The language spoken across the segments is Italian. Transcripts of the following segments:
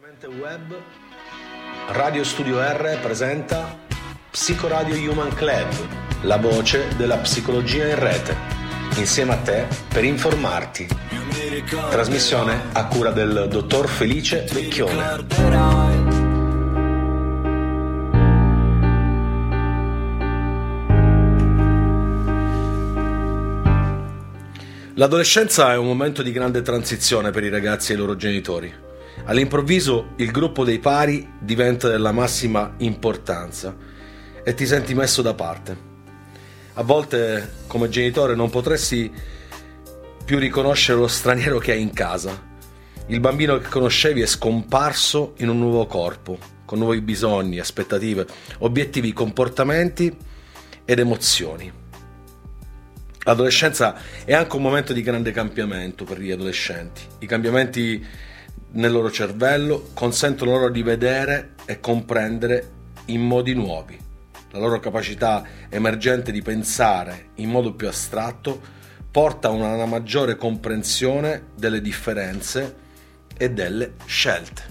Web, Radio Studio R presenta Psicoradio Human Club, la voce della psicologia in rete, insieme a te per informarti. Trasmissione a cura del dottor Felice Vecchione. L'adolescenza è un momento di grande transizione per i ragazzi e i loro genitori. All'improvviso il gruppo dei pari diventa della massima importanza e ti senti messo da parte. A volte, come genitore, non potresti più riconoscere lo straniero che hai in casa. Il bambino che conoscevi è scomparso in un nuovo corpo, con nuovi bisogni, aspettative, obiettivi, comportamenti ed emozioni. L'adolescenza è anche un momento di grande cambiamento per gli adolescenti. I cambiamenti nel loro cervello consentono loro di vedere e comprendere in modi nuovi. La loro capacità emergente di pensare in modo più astratto porta a una maggiore comprensione delle differenze e delle scelte.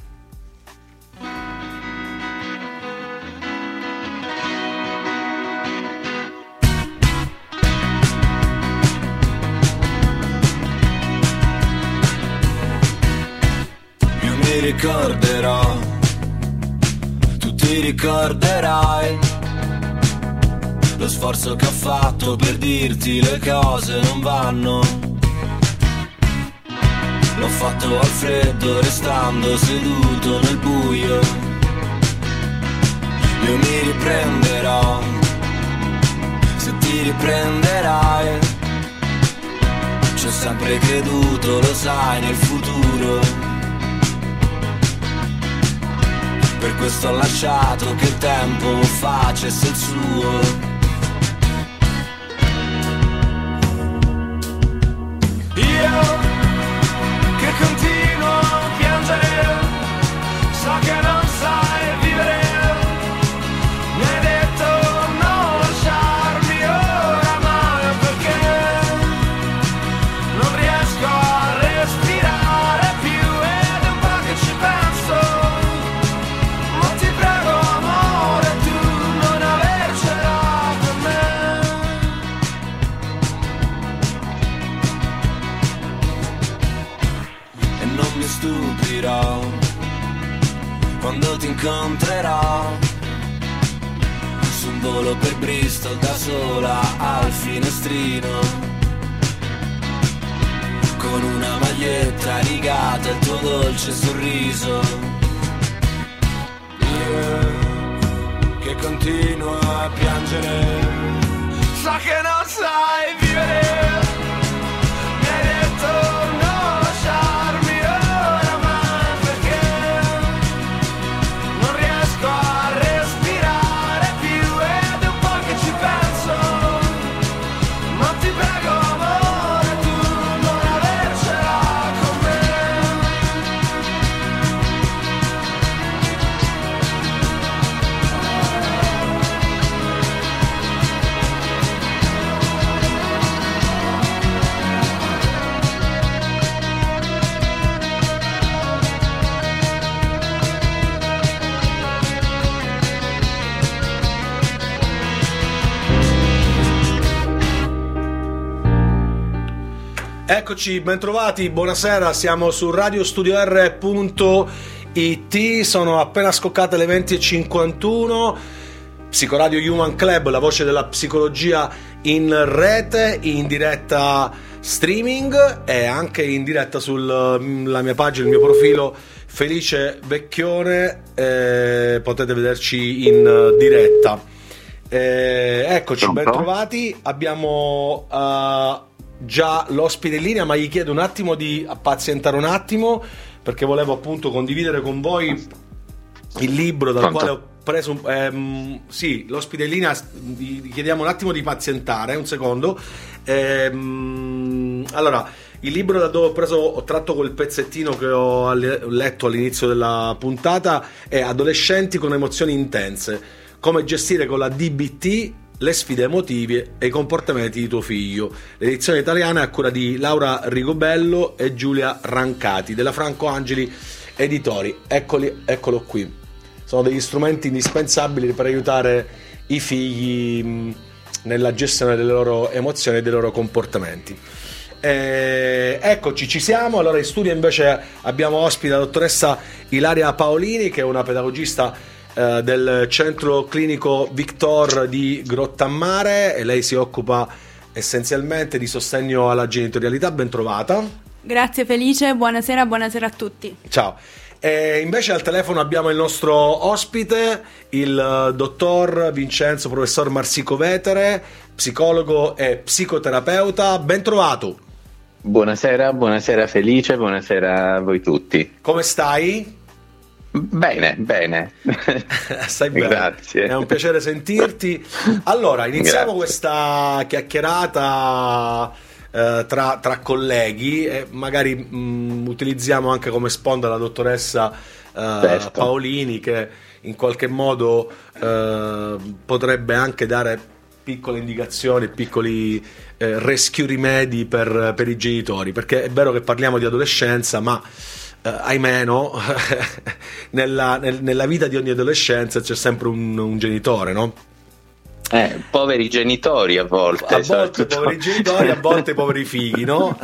Ricorderò, tu ti ricorderai lo sforzo che ho fatto per dirti le cose non vanno. L'ho fatto al freddo restando seduto nel buio. Io mi riprenderò, se ti riprenderai. Ci ho sempre creduto, lo sai, nel futuro. Per questo ho lasciato che il tempo facesse il suo. Io che continuo a piangere, so che non sai vivere. Mi hai detto non lasciarmi oramai, perché non riesco a respirare più ed è un po' che ci penso. Stupirò quando ti incontrerò su un volo per Bristol da sola al finestrino, con una maglietta rigata e il tuo dolce sorriso. Io che continuo a piangere, so che non sai vivere. Mi hai detto non lasciarmi Eccoci, bentrovati, buonasera, siamo su radiostudior.it, sono appena scoccate le 20:51, Psicoradio Human Club, la voce della psicologia in rete, in diretta streaming e anche in diretta sulla mia pagina, il mio profilo Felice Vecchione, potete vederci in diretta. Eccoci, bentrovati, abbiamo già l'ospite in linea, ma gli chiedo un attimo di pazientare un attimo perché volevo appunto condividere con voi il libro dal quale ho preso sì, l'ospite in linea, vi chiediamo un attimo di pazientare un secondo. Allora, il libro da dove ho tratto quel pezzettino che ho letto all'inizio della puntata è Adolescenti con emozioni intense, come gestire con la DBT le sfide emotive e i comportamenti di tuo figlio. L'edizione italiana è a cura di Laura Rigobello e Giulia Rancati della Franco Angeli editori, eccolo qui. Sono degli strumenti indispensabili per aiutare i figli nella gestione delle loro emozioni e dei loro comportamenti. Eccoci, ci siamo. Allora in studio invece abbiamo ospite la dottoressa Ilaria Paolini, che è una pedagogista del centro clinico Victor di Grottammare, e lei si occupa essenzialmente di sostegno alla genitorialità. Ben trovata. Grazie Felice, buonasera a tutti. Ciao. Invece al telefono abbiamo il nostro ospite, il dottor Vincenzo professor Marsico-Vetere, psicologo e psicoterapeuta. Ben trovato. Buonasera Felice, buonasera a voi tutti. Come stai? Bene. Stai bene. Grazie. È un piacere sentirti. Allora, iniziamo questa chiacchierata tra colleghi, e magari utilizziamo anche come sponda la dottoressa certo. Paolini, che in qualche modo potrebbe anche dare piccole indicazioni, piccoli rescue rimedi per i genitori, perché è vero che parliamo di adolescenza, ma ahimè no, nella vita di ogni adolescenza c'è sempre un genitore, no? Poveri genitori a volte poveri genitori, a volte poveri figli, no?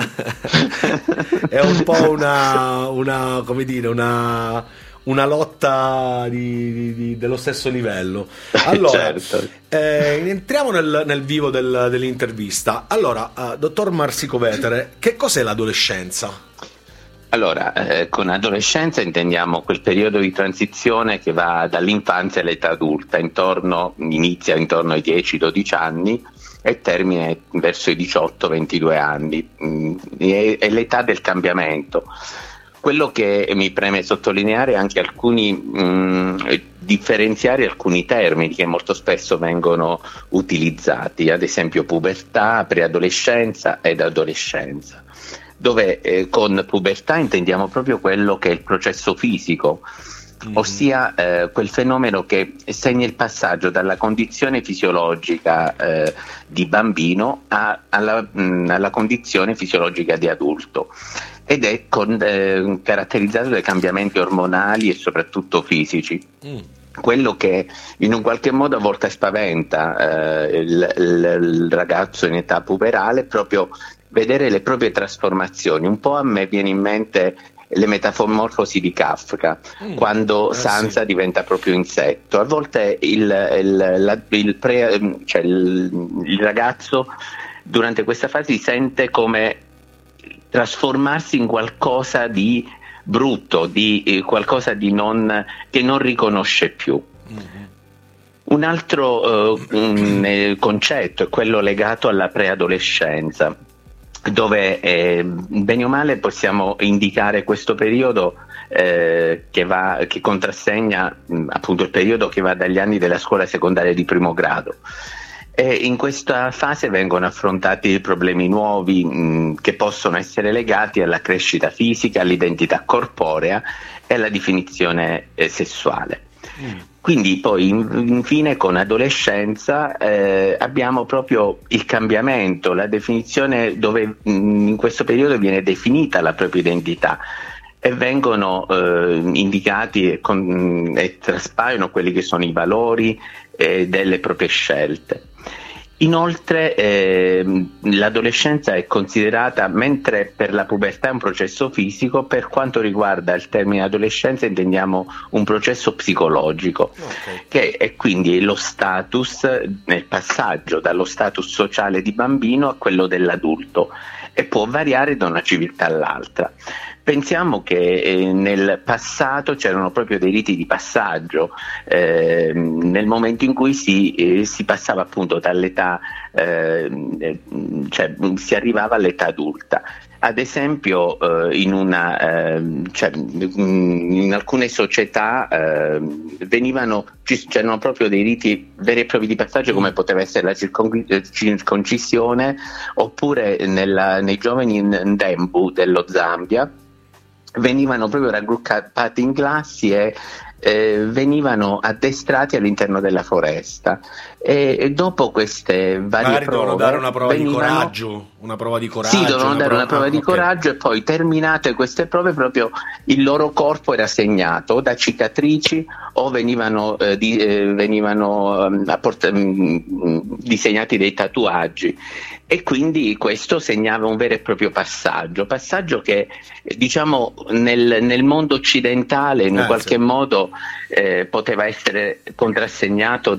È un po' una come dire, una lotta dello stesso livello. Allora, certo. Entriamo nel vivo dell'intervista. Allora, dottor Marsico-Vetere, che cos'è l'adolescenza? Allora, con adolescenza intendiamo quel periodo di transizione che va dall'infanzia all'età adulta, inizia intorno ai 10-12 anni e termina verso i 18-22 anni. È l'età del cambiamento. Quello che mi preme sottolineare è anche differenziare alcuni termini che molto spesso vengono utilizzati, ad esempio pubertà, preadolescenza ed adolescenza, dove con pubertà intendiamo proprio quello che è il processo fisico, ossia quel fenomeno che segna il passaggio dalla condizione fisiologica di bambino alla condizione fisiologica di adulto, ed è caratterizzato dai cambiamenti ormonali e soprattutto fisici. Quello che in un qualche modo a volte spaventa il ragazzo in età puberale è proprio vedere le proprie trasformazioni. Un po' a me viene in mente le metamorfosi di Kafka, quando Sansa diventa proprio insetto. A volte il ragazzo durante questa fase sente come trasformarsi in qualcosa di brutto, di qualcosa che non riconosce più. Un altro concetto è quello legato alla preadolescenza, dove bene o male possiamo indicare questo periodo che contrassegna appunto il periodo che va dagli anni della scuola secondaria di primo grado. E in questa fase vengono affrontati problemi nuovi che possono essere legati alla crescita fisica, all'identità corporea e alla definizione sessuale. Quindi poi infine con adolescenza abbiamo proprio il cambiamento, la definizione dove in questo periodo viene definita la propria identità e vengono indicati e traspaiono quelli che sono i valori delle proprie scelte. Inoltre l'adolescenza è considerata, mentre per la pubertà è un processo fisico, per quanto riguarda il termine adolescenza intendiamo un processo psicologico, che è quindi lo status nel passaggio dallo status sociale di bambino a quello dell'adulto, e può variare da una civiltà all'altra. Pensiamo che nel passato c'erano proprio dei riti di passaggio nel momento in cui si passava appunto dall'età, si arrivava all'età adulta. Ad esempio in alcune società c'erano proprio dei riti veri e propri di passaggio, come poteva essere la circoncisione, oppure nei giovani Ndembu dello Zambia venivano proprio raggruppati in classi e venivano addestrati all'interno della foresta, e dopo queste varie magari prove devono dare una prova di coraggio, Sì, dovevano dare una prova di coraggio, e poi, terminate queste prove, proprio il loro corpo era segnato da cicatrici, o venivano disegnati dei tatuaggi, e quindi questo segnava un vero e proprio passaggio che, diciamo, nel mondo occidentale in qualche modo poteva essere contrassegnato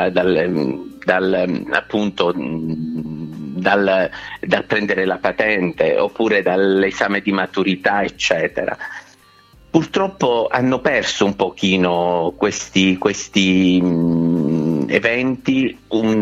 appunto dal prendere la patente, oppure dall'esame di maturità, eccetera. Purtroppo hanno perso un pochino questi eventi,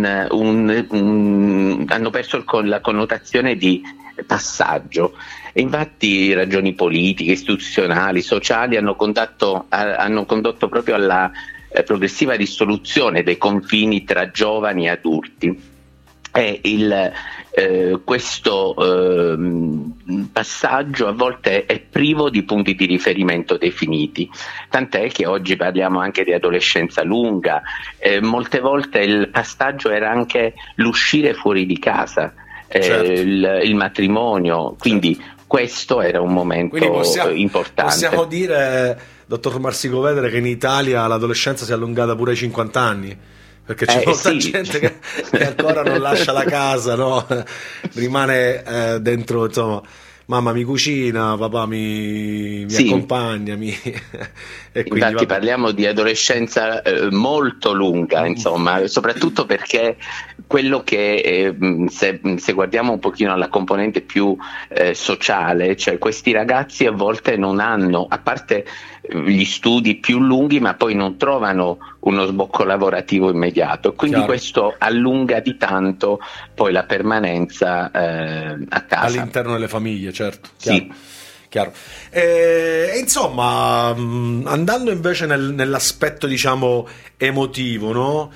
hanno perso la connotazione di passaggio, e infatti ragioni politiche, istituzionali, sociali hanno condotto proprio alla progressiva dissoluzione dei confini tra giovani e adulti. E questo passaggio a volte è privo di punti di riferimento definiti, tant'è che oggi parliamo anche di adolescenza lunga. Molte volte il passaggio era anche l'uscire fuori di casa, certo, il matrimonio, quindi certo, questo era un momento importante. Possiamo dire, dottor Marsicovedere, che in Italia l'adolescenza si è allungata pure ai 50 anni? Perché c'è molta gente che ancora non lascia la casa, no? Rimane dentro, insomma, mamma mi cucina, papà mi accompagna. E quindi, infatti parliamo di adolescenza molto lunga, insomma, soprattutto perché quello che, se guardiamo un pochino alla componente più sociale, cioè questi ragazzi a volte non hanno, a parte gli studi più lunghi, ma poi non trovano uno sbocco lavorativo immediato, quindi chiaro, questo allunga di tanto poi la permanenza a casa, all'interno delle famiglie, certo, chiaro. Insomma, andando invece nell'aspetto, diciamo, emotivo, no?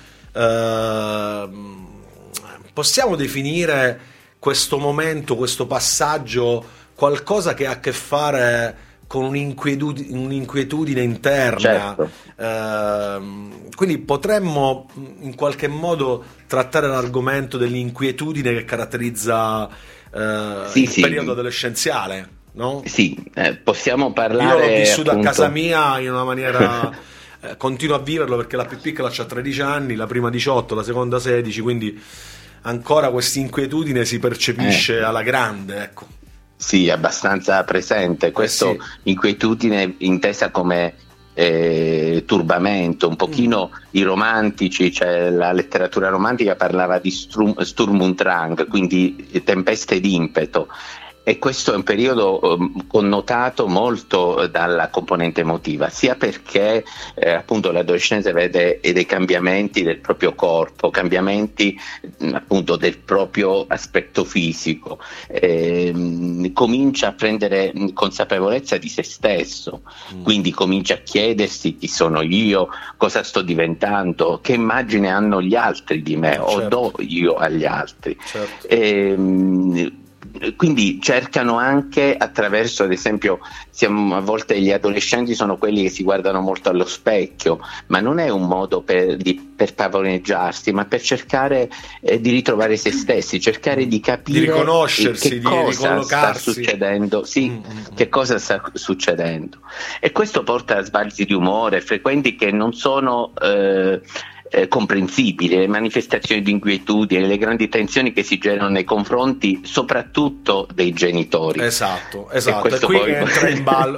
Possiamo definire questo momento, questo passaggio, qualcosa che ha a che fare con un'inquietudine interna, certo. Quindi potremmo in qualche modo trattare l'argomento dell'inquietudine che caratterizza il periodo adolescenziale, no? Sì, possiamo parlare. Io l'ho vissuto appunto a casa mia in una maniera continuo a viverlo, perché la più piccola ha 13 anni, la prima 18, la seconda 16, quindi ancora questa inquietudine si percepisce alla grande, ecco. Sì, abbastanza presente. Questo inquietudine intesa come turbamento, un pochino i romantici, cioè la letteratura romantica parlava di Sturm und Drang, quindi tempeste d'impeto. E questo è un periodo connotato molto dalla componente emotiva, sia perché appunto l'adolescenza vede dei cambiamenti del proprio corpo, cambiamenti appunto del proprio aspetto fisico, comincia a prendere consapevolezza di se stesso, quindi comincia a chiedersi chi sono io, cosa sto diventando, che immagine hanno gli altri di me, certo, o do io agli altri. Certo. Quindi cercano anche attraverso, ad esempio, a volte gli adolescenti sono quelli che si guardano molto allo specchio, ma non è un modo per pavoneggiarsi, ma per cercare di ritrovare se stessi, cercare di capire, di riconoscersi, che cosa sta succedendo, che cosa sta succedendo. E questo porta a sbalzi di umore frequenti che non sono comprensibili, le manifestazioni di inquietudine, le grandi tensioni che si generano nei confronti soprattutto dei genitori. Esatto. È qui che entra in ballo,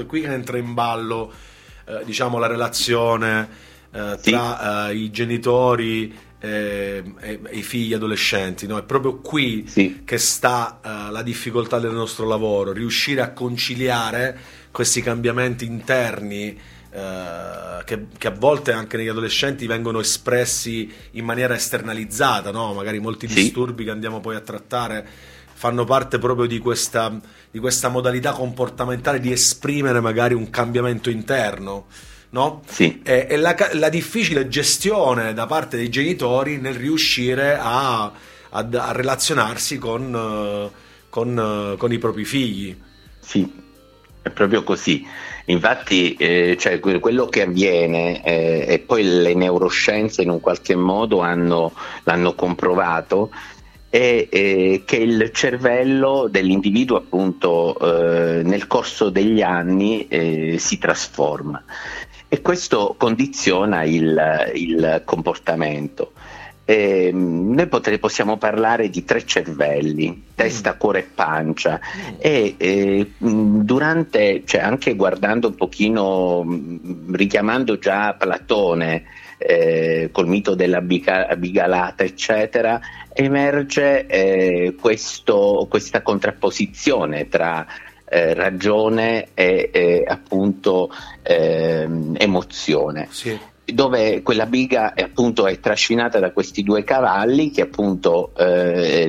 diciamo, la relazione tra i genitori e i figli adolescenti, no? È proprio qui che sta la difficoltà del nostro lavoro, riuscire a conciliare questi cambiamenti interni che a volte anche negli adolescenti vengono espressi in maniera esternalizzata, no? Magari molti disturbi che andiamo poi a trattare fanno parte proprio di questa modalità comportamentale di esprimere magari un cambiamento interno, no? E la difficile gestione da parte dei genitori nel riuscire a relazionarsi con i propri figli. È proprio così. Infatti cioè, quello che avviene e poi le neuroscienze in un qualche modo l'hanno comprovato, è che il cervello dell'individuo appunto nel corso degli anni si trasforma, e questo condiziona il comportamento. Noi possiamo parlare di 3 cervelli, testa, cuore e pancia, e durante, cioè anche guardando un pochino, richiamando già Platone col mito della bigalata eccetera, emerge questa contrapposizione tra ragione e appunto emozione. Sì. Dove quella biga appunto è trascinata da questi 2 cavalli che appunto che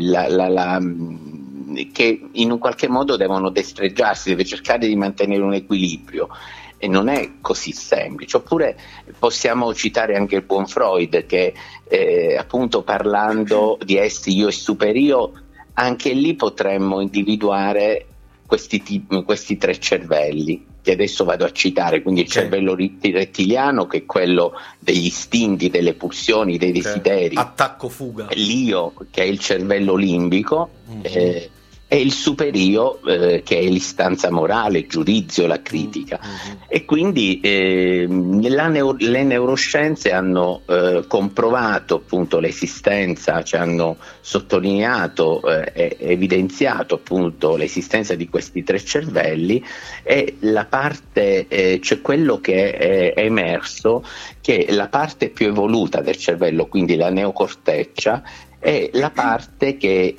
in un qualche modo devono destreggiarsi, deve cercare di mantenere un equilibrio, e non è così semplice. Oppure possiamo citare anche il buon Freud che appunto parlando di essi io e superio, anche lì potremmo individuare questi 3 cervelli che adesso vado a citare, quindi il cervello rettiliano, che è quello degli istinti, delle pulsioni, dei desideri, attacco fuga, l'io che è il cervello limbico, e il superio che è l'istanza morale, il giudizio, la critica. E quindi le neuroscienze hanno comprovato appunto l'esistenza, cioè hanno sottolineato e evidenziato appunto l'esistenza di questi 3 cervelli, e la parte c'è quello che è emerso, che la parte più evoluta del cervello, quindi la neocorteccia, è la parte che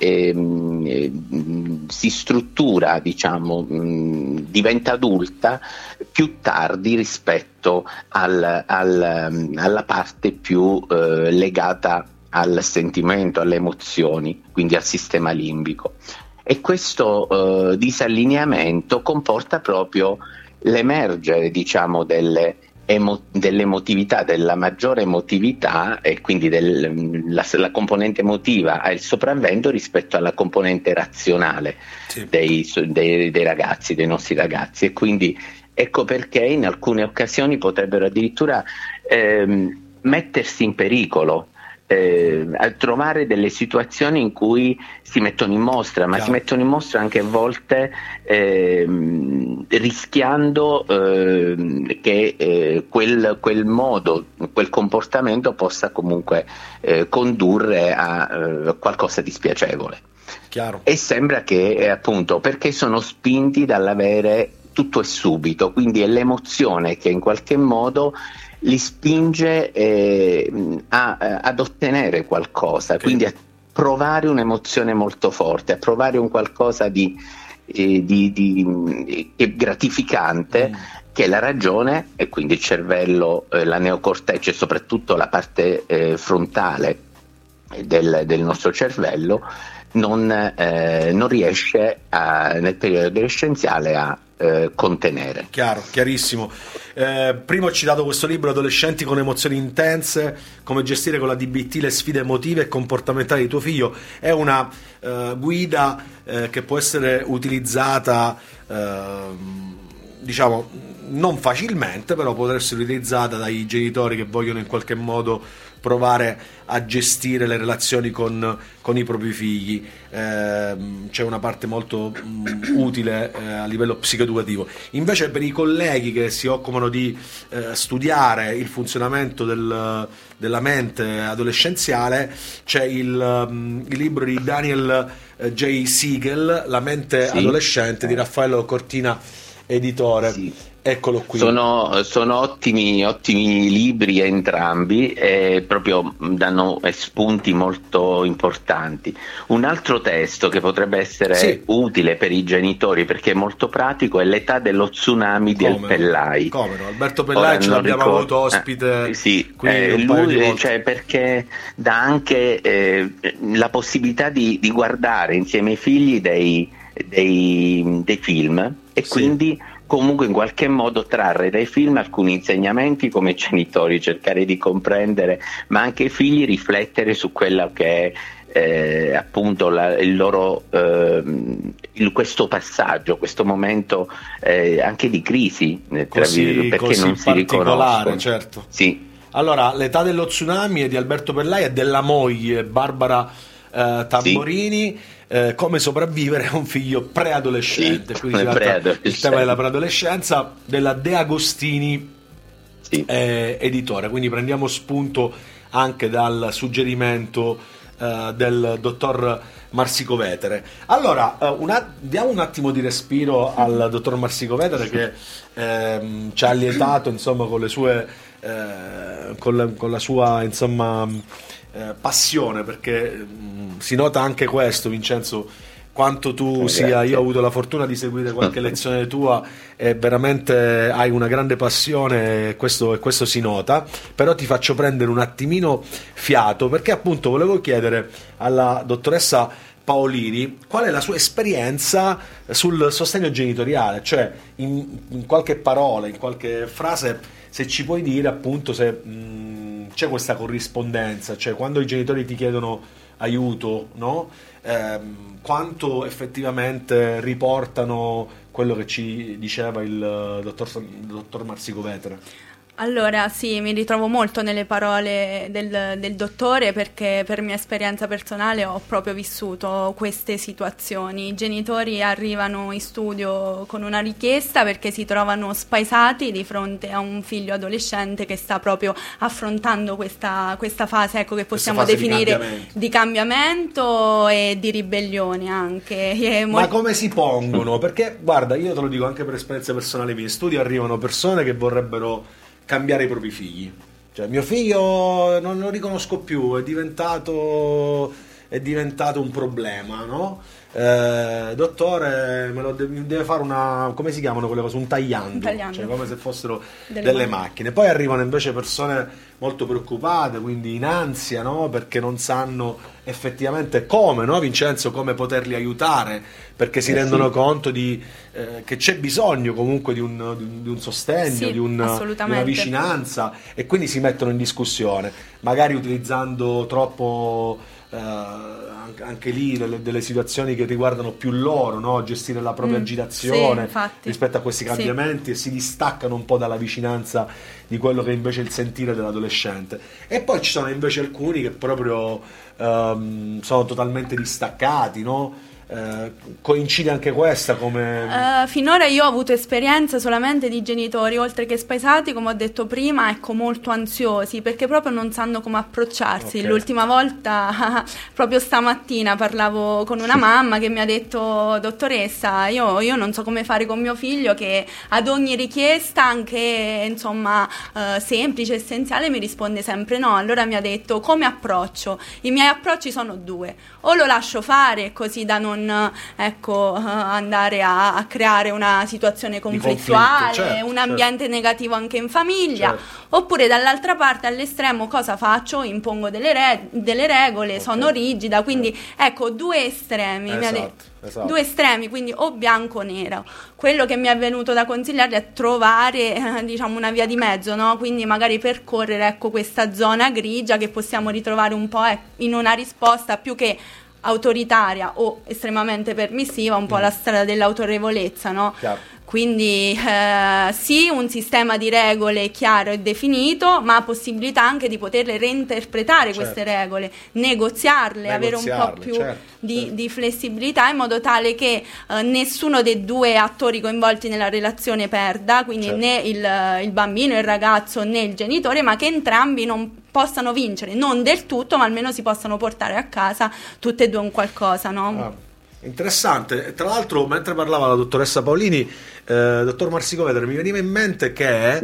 si struttura, diciamo, diventa adulta più tardi rispetto alla parte più legata al sentimento, alle emozioni, quindi al sistema limbico. E questo disallineamento comporta proprio l'emergere, diciamo, dell'emotività, della maggiore emotività, e quindi la componente emotiva ha il sopravvento rispetto alla componente razionale dei ragazzi, dei nostri ragazzi, e quindi ecco perché in alcune occasioni potrebbero addirittura mettersi in pericolo, a trovare delle situazioni in cui si mettono in mostra, ma si mettono in mostra anche a volte rischiando che quel modo, quel comportamento possa comunque condurre a qualcosa di spiacevole. Chiaro. E sembra che appunto perché sono spinti dall'avere tutto e subito, quindi è l'emozione che in qualche modo li spinge ad ottenere qualcosa, quindi a provare un'emozione molto forte, a provare un qualcosa di gratificante, che è la ragione, e quindi il cervello, la neocorteccia e soprattutto la parte frontale del nostro cervello non riesce nel periodo adolescenziale a contenere. Chiaro, chiarissimo. Prima ho citato questo libro, Adolescenti con emozioni intense, come gestire con la DBT le sfide emotive e comportamentali di tuo figlio. È una guida che può essere utilizzata diciamo non facilmente, però può essere utilizzata dai genitori che vogliono in qualche modo provare a gestire le relazioni con i propri figli. C'è una parte molto utile a livello psicoeducativo. Invece per i colleghi che si occupano di studiare il funzionamento della mente adolescenziale, c'è il libro di Daniel J. Siegel, La mente adolescente, di Raffaello Cortina editore. Eccolo qui. Sono ottimi libri entrambi, e proprio danno spunti molto importanti. Un altro testo che potrebbe essere utile per i genitori, perché è molto pratico, è L'età dello tsunami del Pellai. Come no? Alberto Pellai ce l'abbiamo avuto ospite qui lui, cioè, perché dà anche la possibilità di guardare insieme ai figli dei film, e quindi comunque in qualche modo trarre dai film alcuni insegnamenti come genitori, cercare di comprendere, ma anche i figli riflettere su quella che appunto questo passaggio, questo momento anche di crisi, perché così non si riconoscono. Certo. Sì. Allora, L'età dello tsunami è di Alberto Pellai e della moglie Barbara Tamborini. Come sopravvivere a un figlio preadolescente, Sì, quindi il tema della preadolescenza, della De Agostini, sì, editore. Quindi prendiamo spunto anche dal suggerimento del dottor Marsico-Vetere. Allora, diamo un attimo di respiro al dottor Marsico-Vetere, che ci ha allietato, insomma, con le sue con la sua, insomma, passione, perché si nota anche questo, Vincenzo, quanto tu sia, io ho avuto la fortuna di seguire qualche lezione tua e veramente hai una grande passione, e questo si nota. Però ti faccio prendere un attimino fiato, perché appunto volevo chiedere alla dottoressa Paolini qual è la sua esperienza sul sostegno genitoriale, cioè in qualche parola, in qualche frase, se ci puoi dire appunto se c'è questa corrispondenza, cioè quando i genitori ti chiedono aiuto, no? Quanto effettivamente riportano quello che ci diceva il dottor Marsico-Vetere. Allora, sì, mi ritrovo molto nelle parole del dottore, perché per mia esperienza personale ho proprio vissuto queste situazioni. I genitori arrivano in studio con una richiesta perché si trovano spaesati di fronte a un figlio adolescente che sta proprio affrontando questa fase, ecco, che possiamo definire di cambiamento e di ribellione anche. Ma come si pongono? Perché, guarda, io te lo dico anche per esperienza personale mia, in studio arrivano persone che vorrebbero cambiare i propri figli, cioè mio figlio non lo riconosco più, è diventato un problema, no? Dottore, mi deve fare una, come si chiamano quelle cose, un tagliando. Cioè come se fossero delle macchine. Poi arrivano invece persone molto preoccupate, quindi in ansia, no? Perché non sanno effettivamente come, no, Vincenzo, come poterli aiutare, perché si rendono conto che c'è bisogno comunque di un sostegno, di una vicinanza, e quindi si mettono in discussione, magari utilizzando troppo anche lì delle situazioni che riguardano più loro, no? Gestire la propria agitazione rispetto a questi cambiamenti, e si distaccano un po' dalla vicinanza di quello che invece è il sentire dell'adolescente. E poi ci sono invece alcuni che proprio sono totalmente distaccati, no? Coincide anche questa come finora io ho avuto esperienza solamente di genitori, oltre che spaesati, come ho detto prima, ecco, molto ansiosi, perché proprio non sanno come approcciarsi. L'ultima volta proprio stamattina parlavo con una mamma che mi ha detto: dottoressa, io non so come fare con mio figlio, che ad ogni richiesta, anche insomma semplice, essenziale, mi risponde sempre no. Allora mi ha detto: come approccio? I miei approcci sono due: o lo lascio fare così da non andare a creare una situazione conflittuale, certo, un ambiente negativo anche in famiglia, certo. Oppure dall'altra parte, all'estremo, cosa faccio? Impongo delle regole, sono rigida, quindi ecco, due estremi, esatto. Due estremi, quindi o bianco o nero. Quello che mi è venuto da consigliargli è trovare diciamo una via di mezzo, no? Quindi magari percorrere, ecco, questa zona grigia che possiamo ritrovare un po' in una risposta più che autoritaria o estremamente permissiva, un po' la strada dell'autorevolezza, no? Chiaro. Quindi sì, un sistema di regole chiaro e definito, ma possibilità anche di poterle reinterpretare, certo, queste regole, negoziarle, avere un po' più, certo, di flessibilità, in modo tale che nessuno dei due attori coinvolti nella relazione perda, quindi, certo, né il bambino, il ragazzo, né il genitore, ma che entrambi non possano vincere, non del tutto, ma almeno si possano portare a casa tutte e due un qualcosa, no? Interessante. Tra l'altro, mentre parlava la dottoressa Paolini, dottor Marsico-Vetere, mi veniva in mente che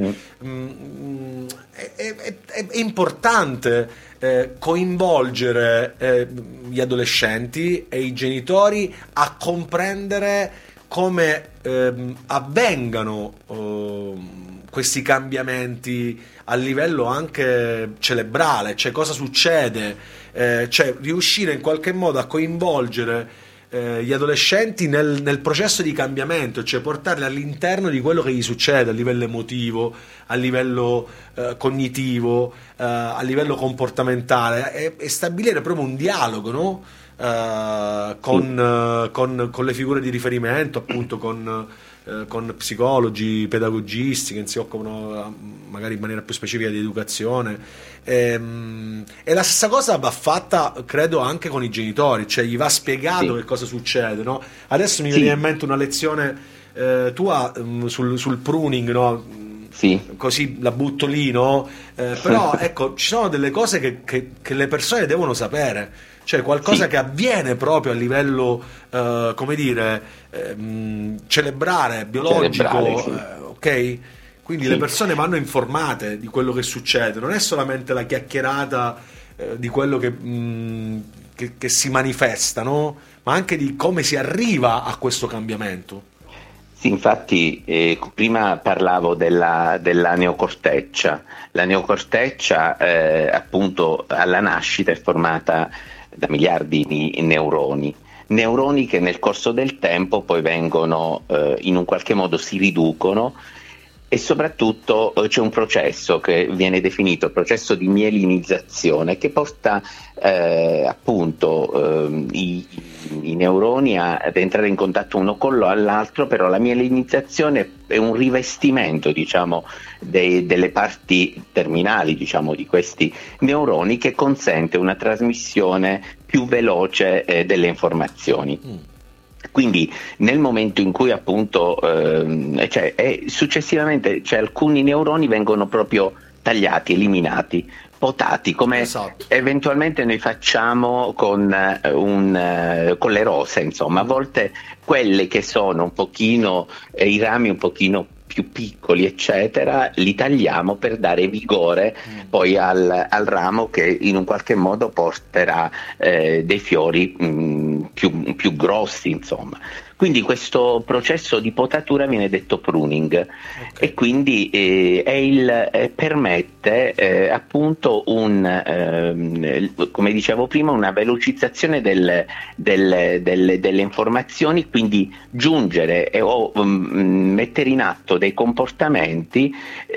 è importante coinvolgere gli adolescenti e i genitori a comprendere come avvengano questi cambiamenti a livello anche cerebrale, cioè cosa succede, cioè riuscire in qualche modo a coinvolgere gli adolescenti nel processo di cambiamento, cioè portarli all'interno di quello che gli succede a livello emotivo, a livello cognitivo, a livello comportamentale, e stabilire proprio un dialogo, no? Con le figure di riferimento, appunto con psicologi, pedagogisti che si occupano magari in maniera più specifica di educazione, e la stessa cosa va fatta, credo, anche con i genitori, cioè gli va spiegato che cosa succede, no? Adesso mi viene in mente una lezione tua sul pruning, no? Così la butto lì, no? Però ecco, ci sono delle cose che le persone devono sapere, cioè qualcosa che avviene proprio a livello come dire cerebrale, biologico, ok? Quindi le persone vanno informate di quello che succede, non è solamente la chiacchierata di quello che si manifesta, no? Ma anche di come si arriva a questo cambiamento. Sì, infatti prima parlavo della neocorteccia. La neocorteccia appunto alla nascita è formata da miliardi di neuroni che nel corso del tempo poi vengono in un qualche modo si riducono, e soprattutto c'è un processo che viene definito il processo di mielinizzazione, che porta appunto i neuroni ad entrare in contatto uno con l'altro, però la mielinizzazione è un rivestimento, diciamo, delle parti terminali, diciamo, di questi neuroni, che consente una trasmissione più veloce delle informazioni. Quindi nel momento in cui appunto successivamente alcuni neuroni vengono proprio tagliati, eliminati, potati, come eventualmente noi facciamo con le rose, insomma, a volte quelle che sono un pochino i rami un pochino più piccoli eccetera, li tagliamo per dare vigore poi al ramo, che in un qualche modo porterà dei fiori più grossi, insomma. Quindi questo processo di potatura viene detto pruning, e quindi permette appunto come dicevo prima, una velocizzazione delle informazioni, quindi giungere o mettere in atto dei comportamenti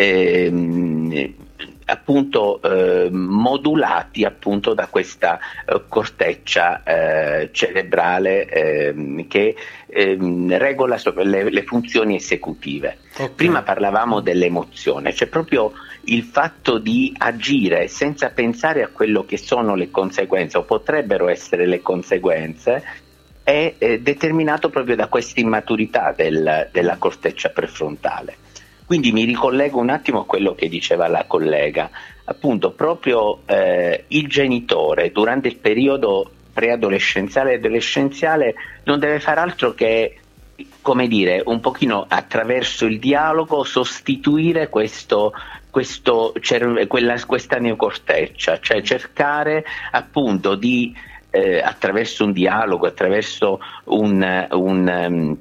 appunto modulati appunto da questa corteccia cerebrale che regola le funzioni esecutive. Prima parlavamo dell'emozione, cioè proprio il fatto di agire senza pensare a quello che sono le conseguenze o potrebbero essere le conseguenze, è determinato proprio da questa immaturità della corteccia prefrontale. Quindi mi ricollego un attimo a quello che diceva la collega, appunto proprio il genitore durante il periodo preadolescenziale e adolescenziale non deve fare altro che, come dire, un pochino attraverso il dialogo sostituire questa neocorteccia, cioè cercare appunto di attraverso un dialogo, attraverso un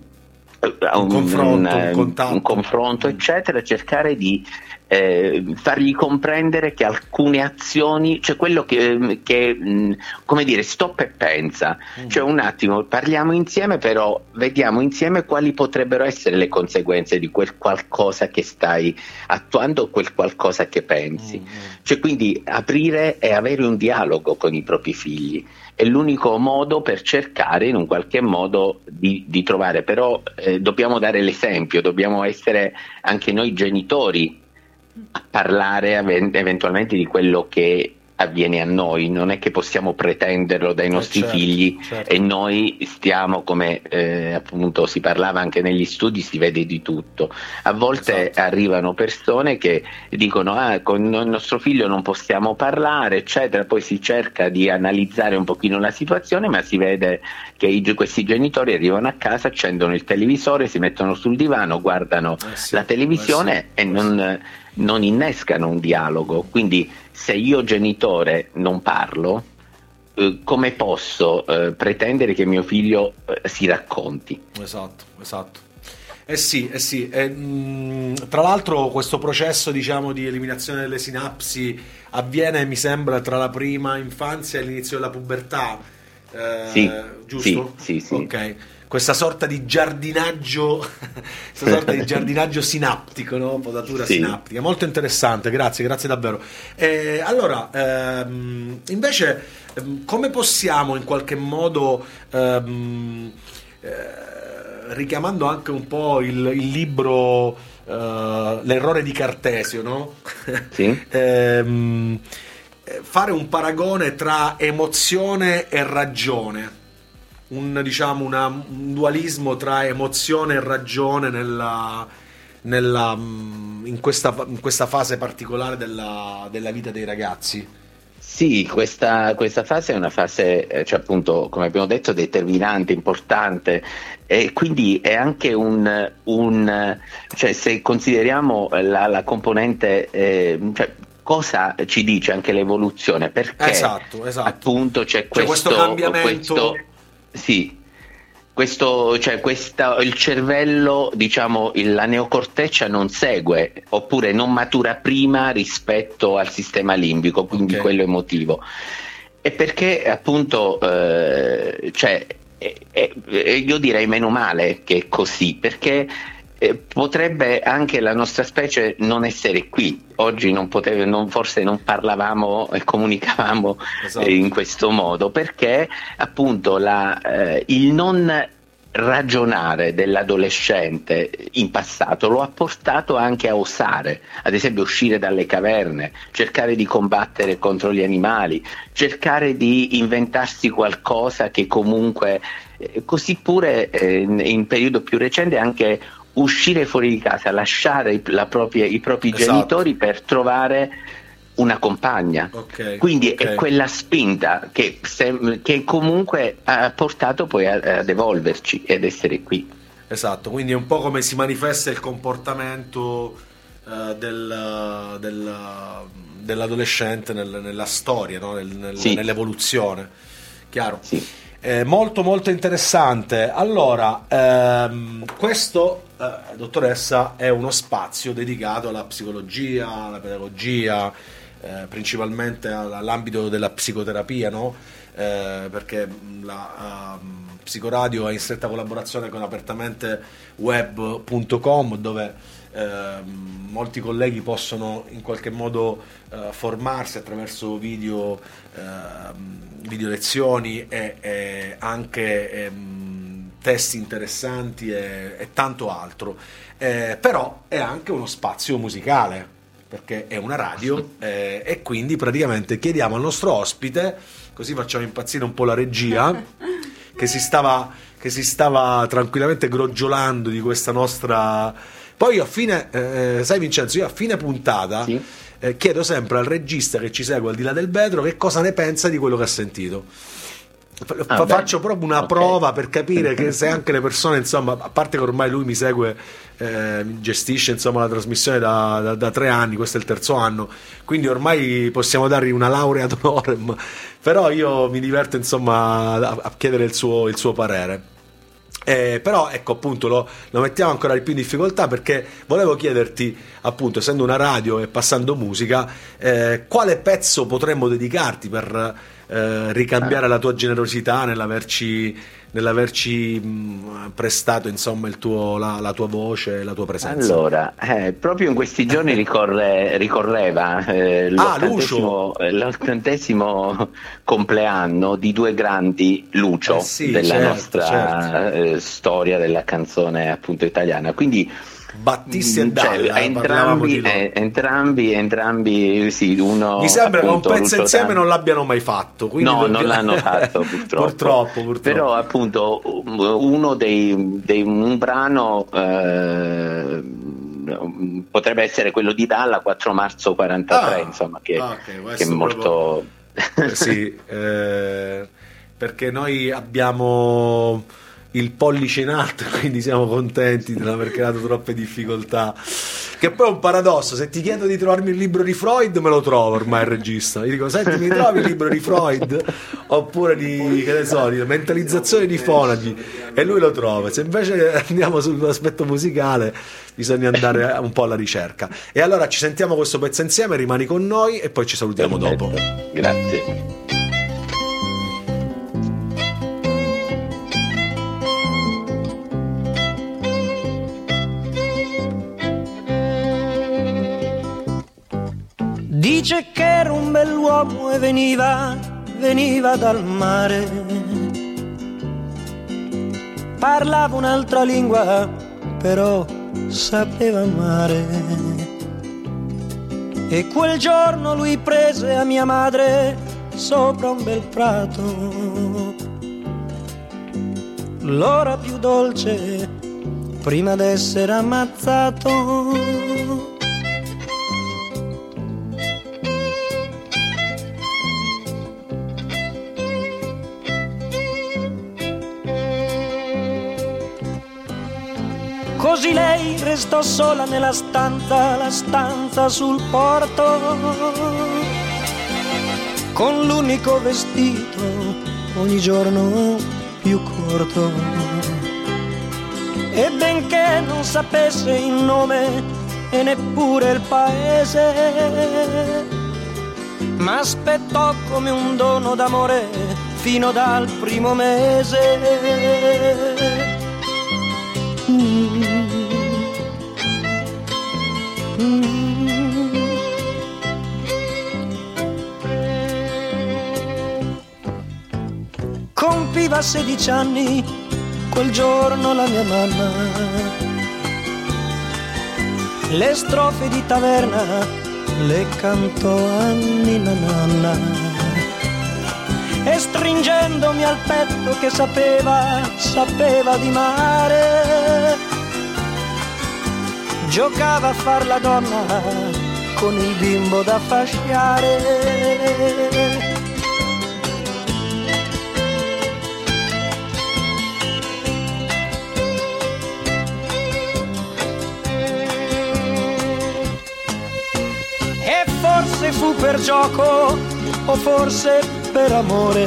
confronto, eccetera, cercare di fargli comprendere che alcune azioni, cioè quello che come dire, stop e pensa, cioè un attimo parliamo insieme, però vediamo insieme quali potrebbero essere le conseguenze di quel qualcosa che stai attuando, quel qualcosa che pensi, cioè quindi aprire e avere un dialogo con i propri figli è l'unico modo per cercare in un qualche modo di trovare, però dobbiamo dare l'esempio, dobbiamo essere anche noi genitori a parlare eventualmente di quello che avviene a noi, non è che possiamo pretenderlo dai nostri figli, e noi stiamo, come appunto si parlava anche negli studi, si vede di tutto. A volte arrivano persone che dicono con il nostro figlio non possiamo parlare, eccetera, poi si cerca di analizzare un pochino la situazione, ma si vede che questi genitori arrivano a casa, accendono il televisore, si mettono sul divano, guardano la televisione e non innescano un dialogo. Quindi se io genitore non parlo, come posso pretendere che mio figlio si racconti? Esatto. Tra l'altro questo processo, diciamo, di eliminazione delle sinapsi avviene, mi sembra, tra la prima infanzia e l'inizio della pubertà, giusto? Sì. Ok. Questa sorta di giardinaggio sinaptico, no? Potatura sinaptica, molto interessante, grazie davvero. Allora, invece, come possiamo in qualche modo, richiamando anche un po' il libro L'errore di Cartesio, no? Sì. Fare un paragone tra emozione e ragione, un dualismo tra emozione e ragione in questa fase particolare della vita dei ragazzi. Sì, questa fase è una fase, cioè appunto, come abbiamo detto, determinante, importante, e quindi è anche cioè se consideriamo la componente, cioè, cosa ci dice anche l'evoluzione, perché esatto. appunto c'è questo cambiamento. Il cervello, diciamo, la neocorteccia non segue, oppure non matura prima rispetto al sistema limbico, quindi quello emotivo. E perché appunto, io direi meno male che è così, perché potrebbe anche la nostra specie non essere qui. Oggi forse non parlavamo e comunicavamo in questo modo, perché appunto il non ragionare dell'adolescente in passato lo ha portato anche a osare, ad esempio uscire dalle caverne, cercare di combattere contro gli animali, cercare di inventarsi qualcosa che comunque, così pure in periodo più recente, anche uscire fuori di casa, lasciare i propri genitori per trovare una compagna. Quindi è quella spinta che comunque ha portato poi ad evolverci ed essere qui. Esatto, quindi è un po' come si manifesta il comportamento dell'adolescente nella storia, no? Nell'evoluzione. Chiaro? Sì. Molto molto interessante. Allora, questo, dottoressa, è uno spazio dedicato alla psicologia, alla pedagogia, principalmente all'ambito della psicoterapia, no? Perché la Psicoradio è in stretta collaborazione con apertamenteweb.com, dove molti colleghi possono in qualche modo formarsi attraverso video lezioni e anche testi interessanti e tanto altro, però è anche uno spazio musicale, perché è una radio, e quindi praticamente chiediamo al nostro ospite, così facciamo impazzire un po' la regia, che si stava tranquillamente crogiolando di questa nostra. Poi a fine, sai Vincenzo, io a fine puntata chiedo sempre al regista che ci segue al di là del vetro che cosa ne pensa di quello che ha sentito. Faccio proprio una prova per capire che se anche le persone, insomma, a parte che ormai lui mi segue, gestisce insomma la trasmissione da 3 anni, questo è il 3° anno, quindi ormai possiamo dargli una laurea ad honorem, però io mi diverto insomma a chiedere il suo parere. Però ecco, appunto lo mettiamo ancora di più in difficoltà, perché volevo chiederti, appunto, essendo una radio e passando musica, quale pezzo potremmo dedicarti per ricambiare la tua generosità nell'averci prestato insomma la tua voce e la tua presenza. Allora, proprio in questi giorni ricorreva l'80° compleanno di 2 grandi Lucio della nostra storia della canzone appunto italiana, quindi Battisti e Dalla, entrambi sì, uno, mi sembra che un appunto, pezzo insieme non l'abbiano mai fatto, quindi no, non l'hanno fatto purtroppo. Però appunto un brano potrebbe essere quello di Dalla, 4 marzo 43, insomma, che è molto sì, perché noi abbiamo il pollice in alto, quindi siamo contenti di non aver creato troppe difficoltà, che poi è un paradosso. Se ti chiedo di trovarmi il libro di Freud, me lo trovo ormai il regista, gli dico: senti, mi trovi il libro di Freud oppure di mentalizzazione di fonagi, e lui lo trova. Se invece andiamo sull'aspetto musicale bisogna andare un po' alla ricerca. E allora ci sentiamo questo pezzo insieme, rimani con noi e poi ci salutiamo dopo. Grazie. Dice che era un bell'uomo e veniva dal mare. Parlava un'altra lingua, però sapeva amare. E quel giorno lui prese a mia madre sopra un bel prato, l'ora più dolce prima d'essere ammazzato. Così lei restò sola nella stanza, la stanza sul porto, con l'unico vestito ogni giorno più corto. E benché non sapesse il nome e neppure il paese, m'aspettò come un dono d'amore fino dal primo mese. Compiva 16 anni quel giorno la mia mamma. Le strofe di taverna le cantò a Nina Nanna, e stringendomi al petto che sapeva di mare, giocava a far la donna con il bimbo da fasciare. E forse fu per gioco o forse per amore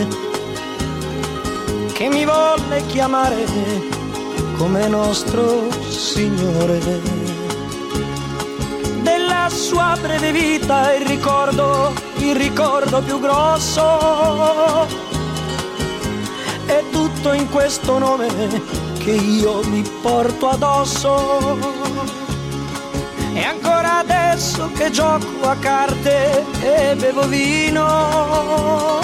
che mi volle chiamare come nostro Signore. Della sua breve vita il ricordo più grosso è tutto in questo nome che io mi porto addosso. E ancora adesso che gioco a carte e bevo vino,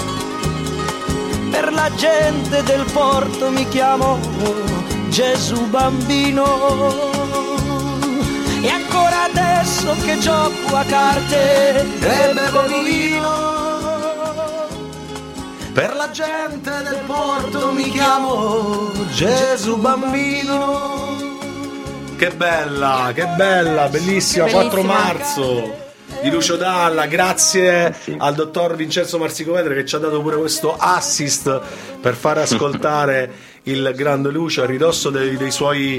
per la gente del porto mi chiamo Gesù Bambino. E ancora adesso che gioco a carte e bevo vino, per la gente del porto mi chiamo Gesù Bambino. Che bella, bellissima, 4 marzo di Lucio Dalla. Grazie al dottor Vincenzo Marsicovedere che ci ha dato pure questo assist per far ascoltare il grande Lucio a ridosso dei suoi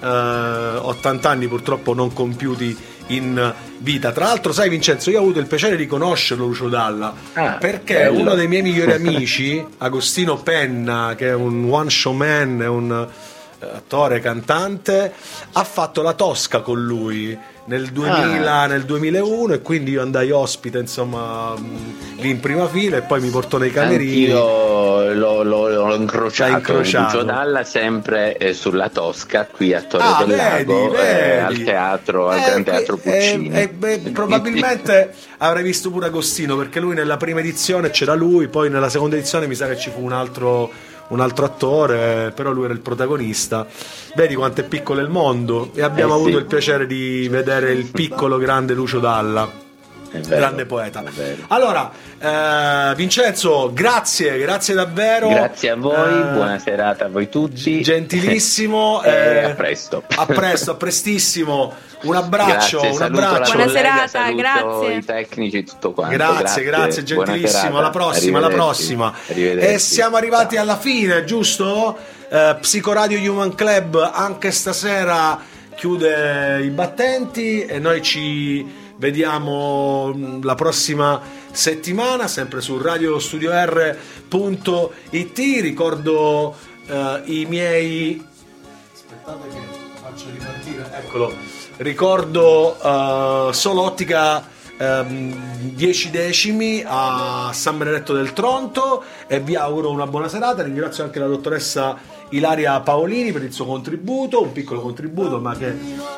80 anni purtroppo non compiuti in vita. Tra l'altro, sai Vincenzo, io ho avuto il piacere di conoscerlo Lucio Dalla perché bello. Uno dei miei migliori amici, Agostino Penna, che è un one show man, è un attore, cantante, ha fatto la Tosca con lui nel 2001 e quindi io andai ospite insomma lì in prima fila e poi mi portò nei camerini. Io l'ho incrociato. Lucio Dalla sempre sulla Tosca qui a Torre del Lago, al teatro, al Gran Teatro Puccini. Probabilmente avrei visto pure Agostino, perché lui nella prima edizione c'era lui, poi nella seconda edizione mi sa che ci fu un altro attore, però lui era il protagonista. Vedi quanto è piccolo il mondo, e abbiamo avuto il piacere di vedere il piccolo grande Lucio Dalla, grande poeta. Allora Vincenzo, grazie davvero, grazie a voi, buona serata a voi tutti, gentilissimo. A presto, a prestissimo. Un abbraccio, grazie, un abbraccio. Buona serata, grazie. I tecnici e tutto quanto. Grazie, gentilissimo. Alla prossima. E siamo arrivati alla fine, giusto? Psicoradio Human Club anche stasera chiude i battenti e noi ci vediamo la prossima settimana, sempre su radiostudior.it. Ricordo i miei... Aspettate che faccio ripartire, eccolo. Ricordo Solo Ottica 10 decimi a San Benedetto del Tronto, e vi auguro una buona serata. Ringrazio anche la dottoressa Ilaria Paolini per il suo contributo, un piccolo contributo, ma che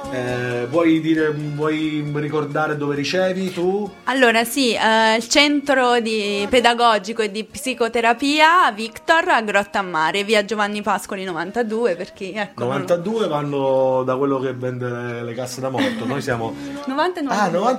vuoi ricordare dove ricevi tu? Allora sì, il centro pedagogico e di psicoterapia Victor a Grotta a Mare, via Giovanni Pascoli 92, perché ecco 92 vanno da quello che vende le casse da morto, noi siamo 99.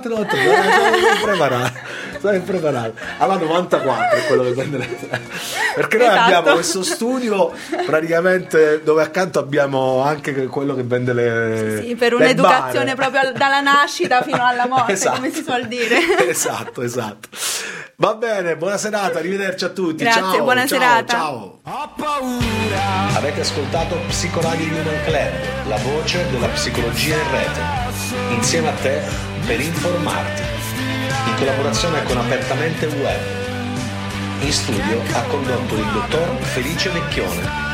Sono impreparato. Allora 94 è quello che prende perché noi abbiamo questo studio praticamente dove accanto abbiamo anche quello che vende le sì, per un'educazione proprio dalla nascita fino alla morte, esatto. Come si suol dire. esatto va bene, buona serata, arrivederci a tutti. Grazie, ciao, buona serata. Ciao. Avete ascoltato Psicoradio Human Club, la voce della psicologia in rete, insieme a te per informarti, in collaborazione con Apertamente Web. In studio ha condotto il dottor Felice Vecchione.